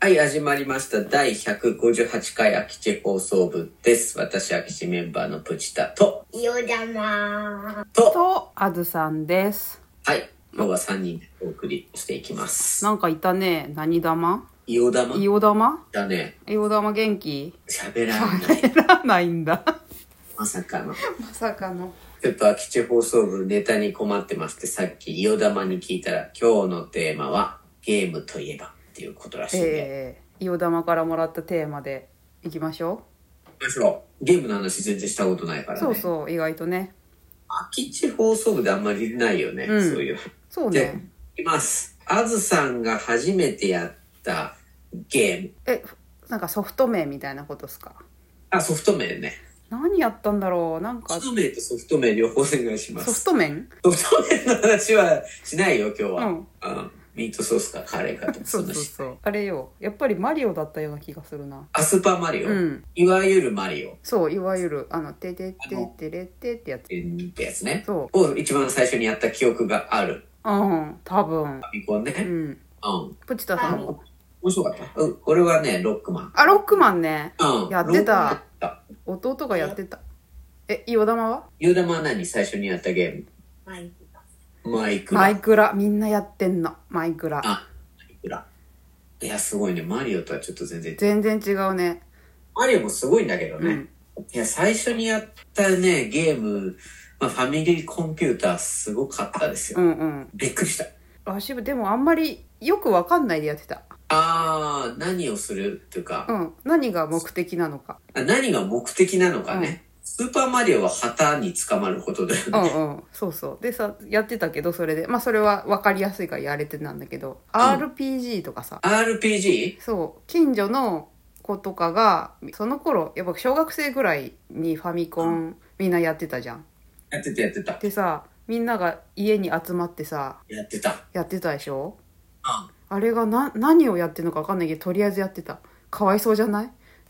はい、始まりました。第158回空き地放送部です。私、空き地メンバーのプチタと、 いおだまとあずさんです。 はい、今日は3人でお送りしていきます。 なんかいたね。何玉？ いおだまいお玉だね。 いお玉元気？ 喋らない。 喋らないんだ。 まさかの。 まさかの。 ちょっと空き地放送部ネタに困ってまして、さっきいおだまに聞いたら、今日のテーマはゲームといえばっていうことらしいんで。 いお玉からもらったテーマでいきましょゲームの話全然したことないからう。 ね。 そうそう、意外とね。 空き地放送部であんまりないよね、 うんそういう。 そうね。 いきます。あずさんが初めてやったゲーム。 なんかソフト名みたいなことっすか？ ソフト麺ね。 何やったんだろう。なんかソフト麺とソフト麺両方お願いします。 ソフト麺？ ソフト麺の話はしないよ、今日は。 うん。 ミートソースかカレーかとかそうそうそう。あれよ。やっぱりマリオだったような気がするな。 スーパーマリオ、 うん。 いわゆるマリオ。 そう、いわゆる、ててててれてってやつ。 ってやつね。 そを一番最初にやった記憶がある。 うん、多分。 ファミコンね。 うん。 うん。 プチタさんも。 面白かった。俺はね、ロックマン。 ロックマンね。 うん。 やってた。 ロックマンやった。 弟がやってた。いおだまは？ ゆうだまは何最初にやったゲーム？マイクラ。 マイクラ。みんなやってんの。マイクラ。 マイクラ。いや、すごいね。マリオとはちょっと全然。 全然違うね。 マリオもすごいんだけどね。いや、最初にやったね、ゲーム、ファミリーコンピューターすごかったですよ。 うんうん。 びっくりした。 私でもあんまりよくわかんないでやってた。 何をするっていうか、 うん。何が目的なのか。 何が目的なのかね。スーパーマリオは旗に捕まることだよね。 うんうん。そうそう。でさ、やってたけど、それで。それはわかりやすいからやれてたんだけど、RPG とかさ。 RPG？ そう。近所の子とかが、その頃、やっぱ小学生ぐらいにファミコンみんなやってたじゃん。 やってた。 でさ、みんなが家に集まってさ、 やってたでしょ？あれが何をやってるのか分かんないけど、とりあえずやってた。かわいそうじゃない？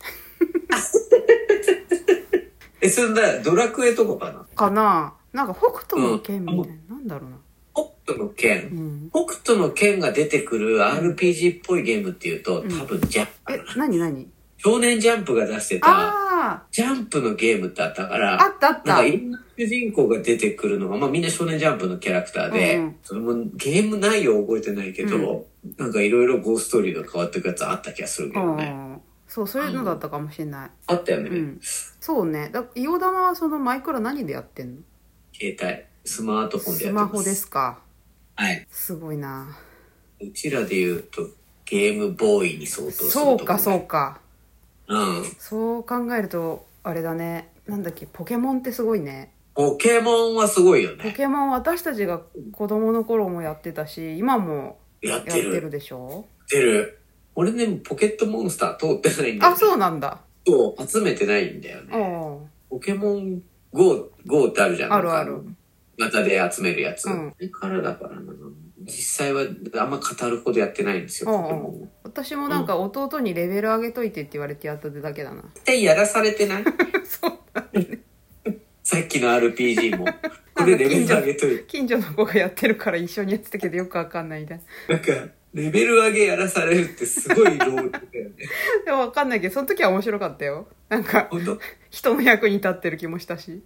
そんなドラクエとかかな？ かな？なんか北斗の拳みたいな、なんだろうな。 北斗の拳、北斗の拳が出てくる RPG っぽいゲームっていうと、多分ジャンプ。 何？ 少年ジャンプが出してたジャンプのゲームってあったから、 あった。 なんかいろんな主人公が出てくるのが、みんな少年ジャンプのキャラクターで、それもゲーム内容覚えてないけど、なんかいろいろゴーストーリーが変わっていくやつあった気がするけどね。 そういうのだったかもしれない。 あったよね。 そうね。いおだまはそのマイクラ何でやってんの？ 携帯、スマートフォンでやってます。 スマホですか。 はい。 すごいな。 うちらで言うとゲームボーイに相当するところ。 そうか。 そう考えるとあれだね。なんだっけ、ポケモンってすごいね。 ポケモンはすごいよね。 ポケモン私たちが子供の頃もやってたし、今もやってるでしょ？ やってる。俺でもポケットモンスター通ってないんだよね。 そうなんだ。 そう、集めてないんだよね。ポケモン GO ってあるじゃん。 ある。 型で集めるやつ。からだからな。実際はあんま語るほどやってないんですよ、ポケモン。 私もなんか弟にレベル上げといてって言われてやっただけだな。 絶対やらされてない？ そうだね。 さっきの RPG も。これレベル上げといて。 近所の子がやってるから一緒にやってたけどよくわかんないみたいな。 なんか、レベル上げやらされるってすごい労力だよね。 でもわかんないけど、その時は面白かったよ。なんか、人の役に立ってる気もしたし。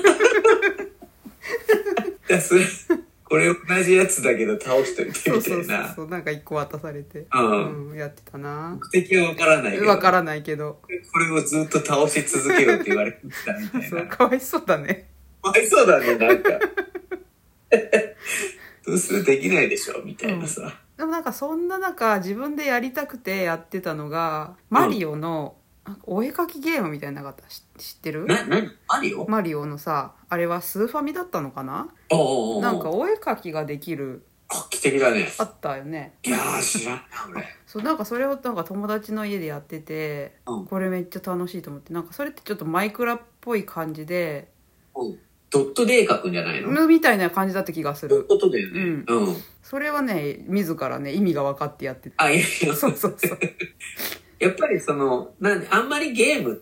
これ同じやつだけど倒しといてみたいな。 そう、なんか一個渡されて。やってたな。 目的はわからないけど。 わからないけど。 これをずっと倒し続けろって言われてたみたいな。 そう、かわいそうだね。 かわいそうだね、なんか。どうするできないでしょみたいなさ。 でもなんかそんな中、自分でやりたくてやってたのが、マリオの、お絵描きゲームみたいなのが知ってる？マリオのさ、あれはスーファミだったのかな？なんかお絵描きができる。 画期的だね。 あったよね。 いやー、知らんな、俺。 そう、なんかそれをなんか友達の家でやってて、これめっちゃ楽しいと思って、なんかそれってちょっとマイクラっぽい感じで、 ドットで絵描くんじゃないの？ みたいな感じだった気がする。 ドットだよね。 それはね、自らね、意味が分かってやってて。 いや。そう。やっぱりあんまりゲームって、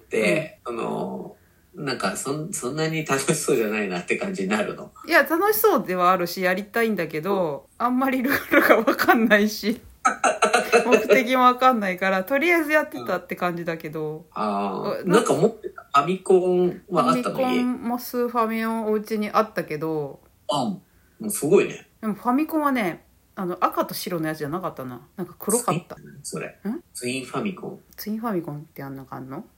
なんかそんなに楽しそうじゃないなって感じになるの？ いや、楽しそうではあるし、やりたいんだけど、あんまりルールが分かんないし。 目的もわかんないから、とりあえずやってたって感じだけど。 なんか持ってたファミコンはあったの？ ファミコンもスーファミのお家にあったけど。 もうすごいね。 でもファミコンはね、赤と白のやつじゃなかったな。なんか黒かった。 それ。ツインファミコン。 ツインファミコンってあんのかあんの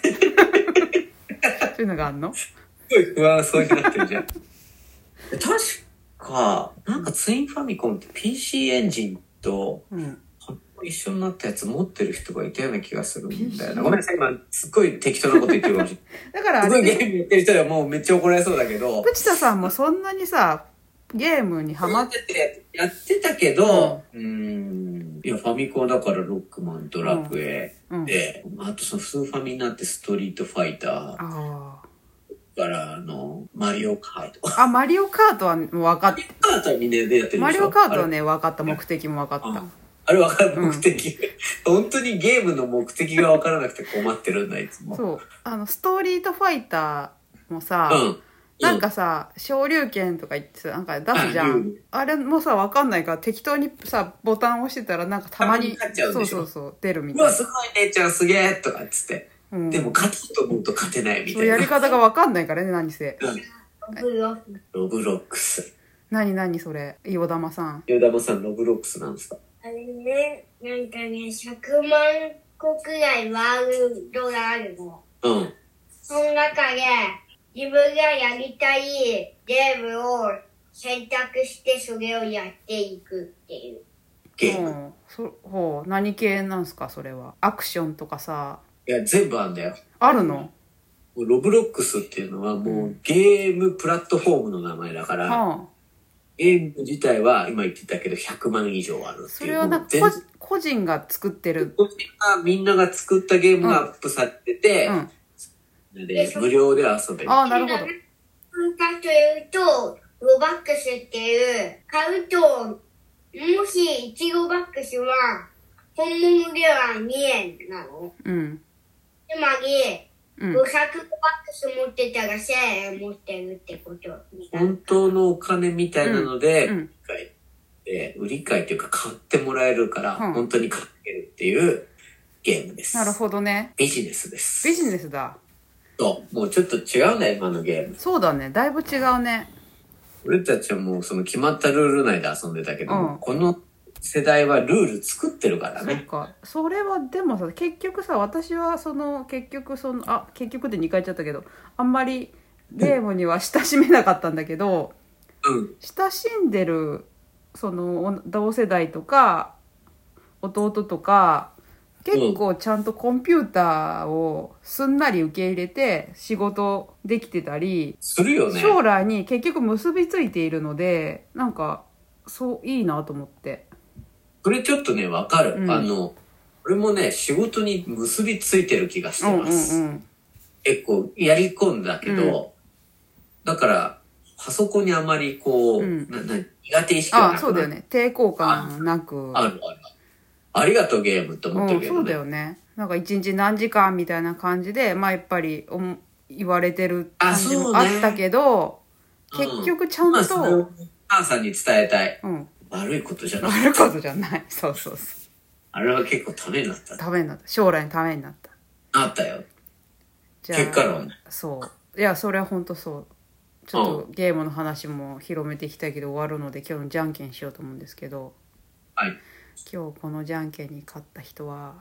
そういうのがあんの？ すごい不安そうになってるじゃん。確か、なんかツインファミコンって PC エンジンと、一緒になったやつ持ってる人がいたような気がするんだよな。ごめんなさい、今すっごい適当なこと言ってるかもしれない。 だからすごいゲームやってる人はもうめっちゃ怒られそうだけど。 藤田さんもそんなにさ、ゲームにハマっててやってたけど、いや、ファミコンだからロックマン、ドラクエで、あとそのスーファミになってストリートファイター。からマリオカート。 マリオカートはもう分かった。 マリオカートはみんなでやってるでしょ？ マリオカートはね、分かった。目的も分かった。 あれ分かる、目的。本当にゲームの目的が分からなくて困ってるんだ、いつも。 そう。ストリートファイターもさ、なんかさ、昇竜拳とか言ってさ、なんか出すじゃん。あれもさ、分かんないから適当にさ、ボタン押してたらなんかたまに、そう出るみたいな。 うわ、すごい姉ちゃんすげえとかっつって。でも勝つと思うと勝てないみたいな。 やり方が分かんないからね、何せ。 ロブロックス。 何それ、ヨダマさん。 ヨダマさん、ロブロックスなんですか？ あれね、なんかね、100万個くらいワールドがあるの。その中で、自分がやりたいゲームを選択してそれをやっていくっていう。 ゲーム。 何系なんすか、それは。アクションとかさ。 いや、全部あんだよ。 あるの？ ロブロックスっていうのはもうゲームプラットフォームの名前だから、ゲーム自体は今言ってたけど100万以上あるっていう。 それはなんか個人が作ってる。 個人がみんなが作ったゲームがアップされてて、で無料で遊べる。 なるほど。 かというと、ロバックスっていう、買うと、もし1ロバックスは、本物では2円なの。つまり、500ロバックス持ってたら1000円持ってるってこと。 本当のお金みたいなので、売り買いというか買ってもらえるから、本当に買えるっていうゲームです。 なるほどね。 ビジネスです。 ビジネスだ。 そう、もうちょっと違うんだよ、今のゲーム。 そうだね、だいぶ違うね。 俺たちはもうその決まったルール内で遊んでたけど、この世代はルール作ってるからね。 そっか。それはでもさ、結局さ、私は結局で2回言っちゃったけど、あんまりゲームには親しめなかったんだけど、親しんでる同世代とか弟とか結構ちゃんとコンピューターをすんなり受け入れて仕事できてたりするよね。 将来に結局結びついているので、なんかそういいなと思って。 それちょっとね、わかる。俺もね、仕事に結びついてる気がしてます。結構やり込んだけど、だからパソコンにあまり苦手意識がなくなる。 そうだよね。抵抗感なく。 ありがとうゲームって思ってるけどね。 そうだよね。なんか一日何時間みたいな感じで、やっぱり言われてる感じもあったけど、結局ちゃんと。それを母さんに伝えたい。悪いことじゃない。 悪いことじゃない。そう。 あれは結構ためになった。 将来のためになった。 あったよ。結果論ね。 そう。いや、それは本当そう。ちょっとゲームの話も広めていきたいけど終わるので、今日のじゃんけんしようと思うんですけど。 はい。 今日このじゃんけんに勝った人は、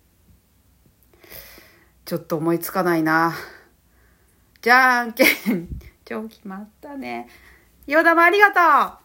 ちょっと思いつかないな。じゃんけん、超決まったね。ヨダもありがとう。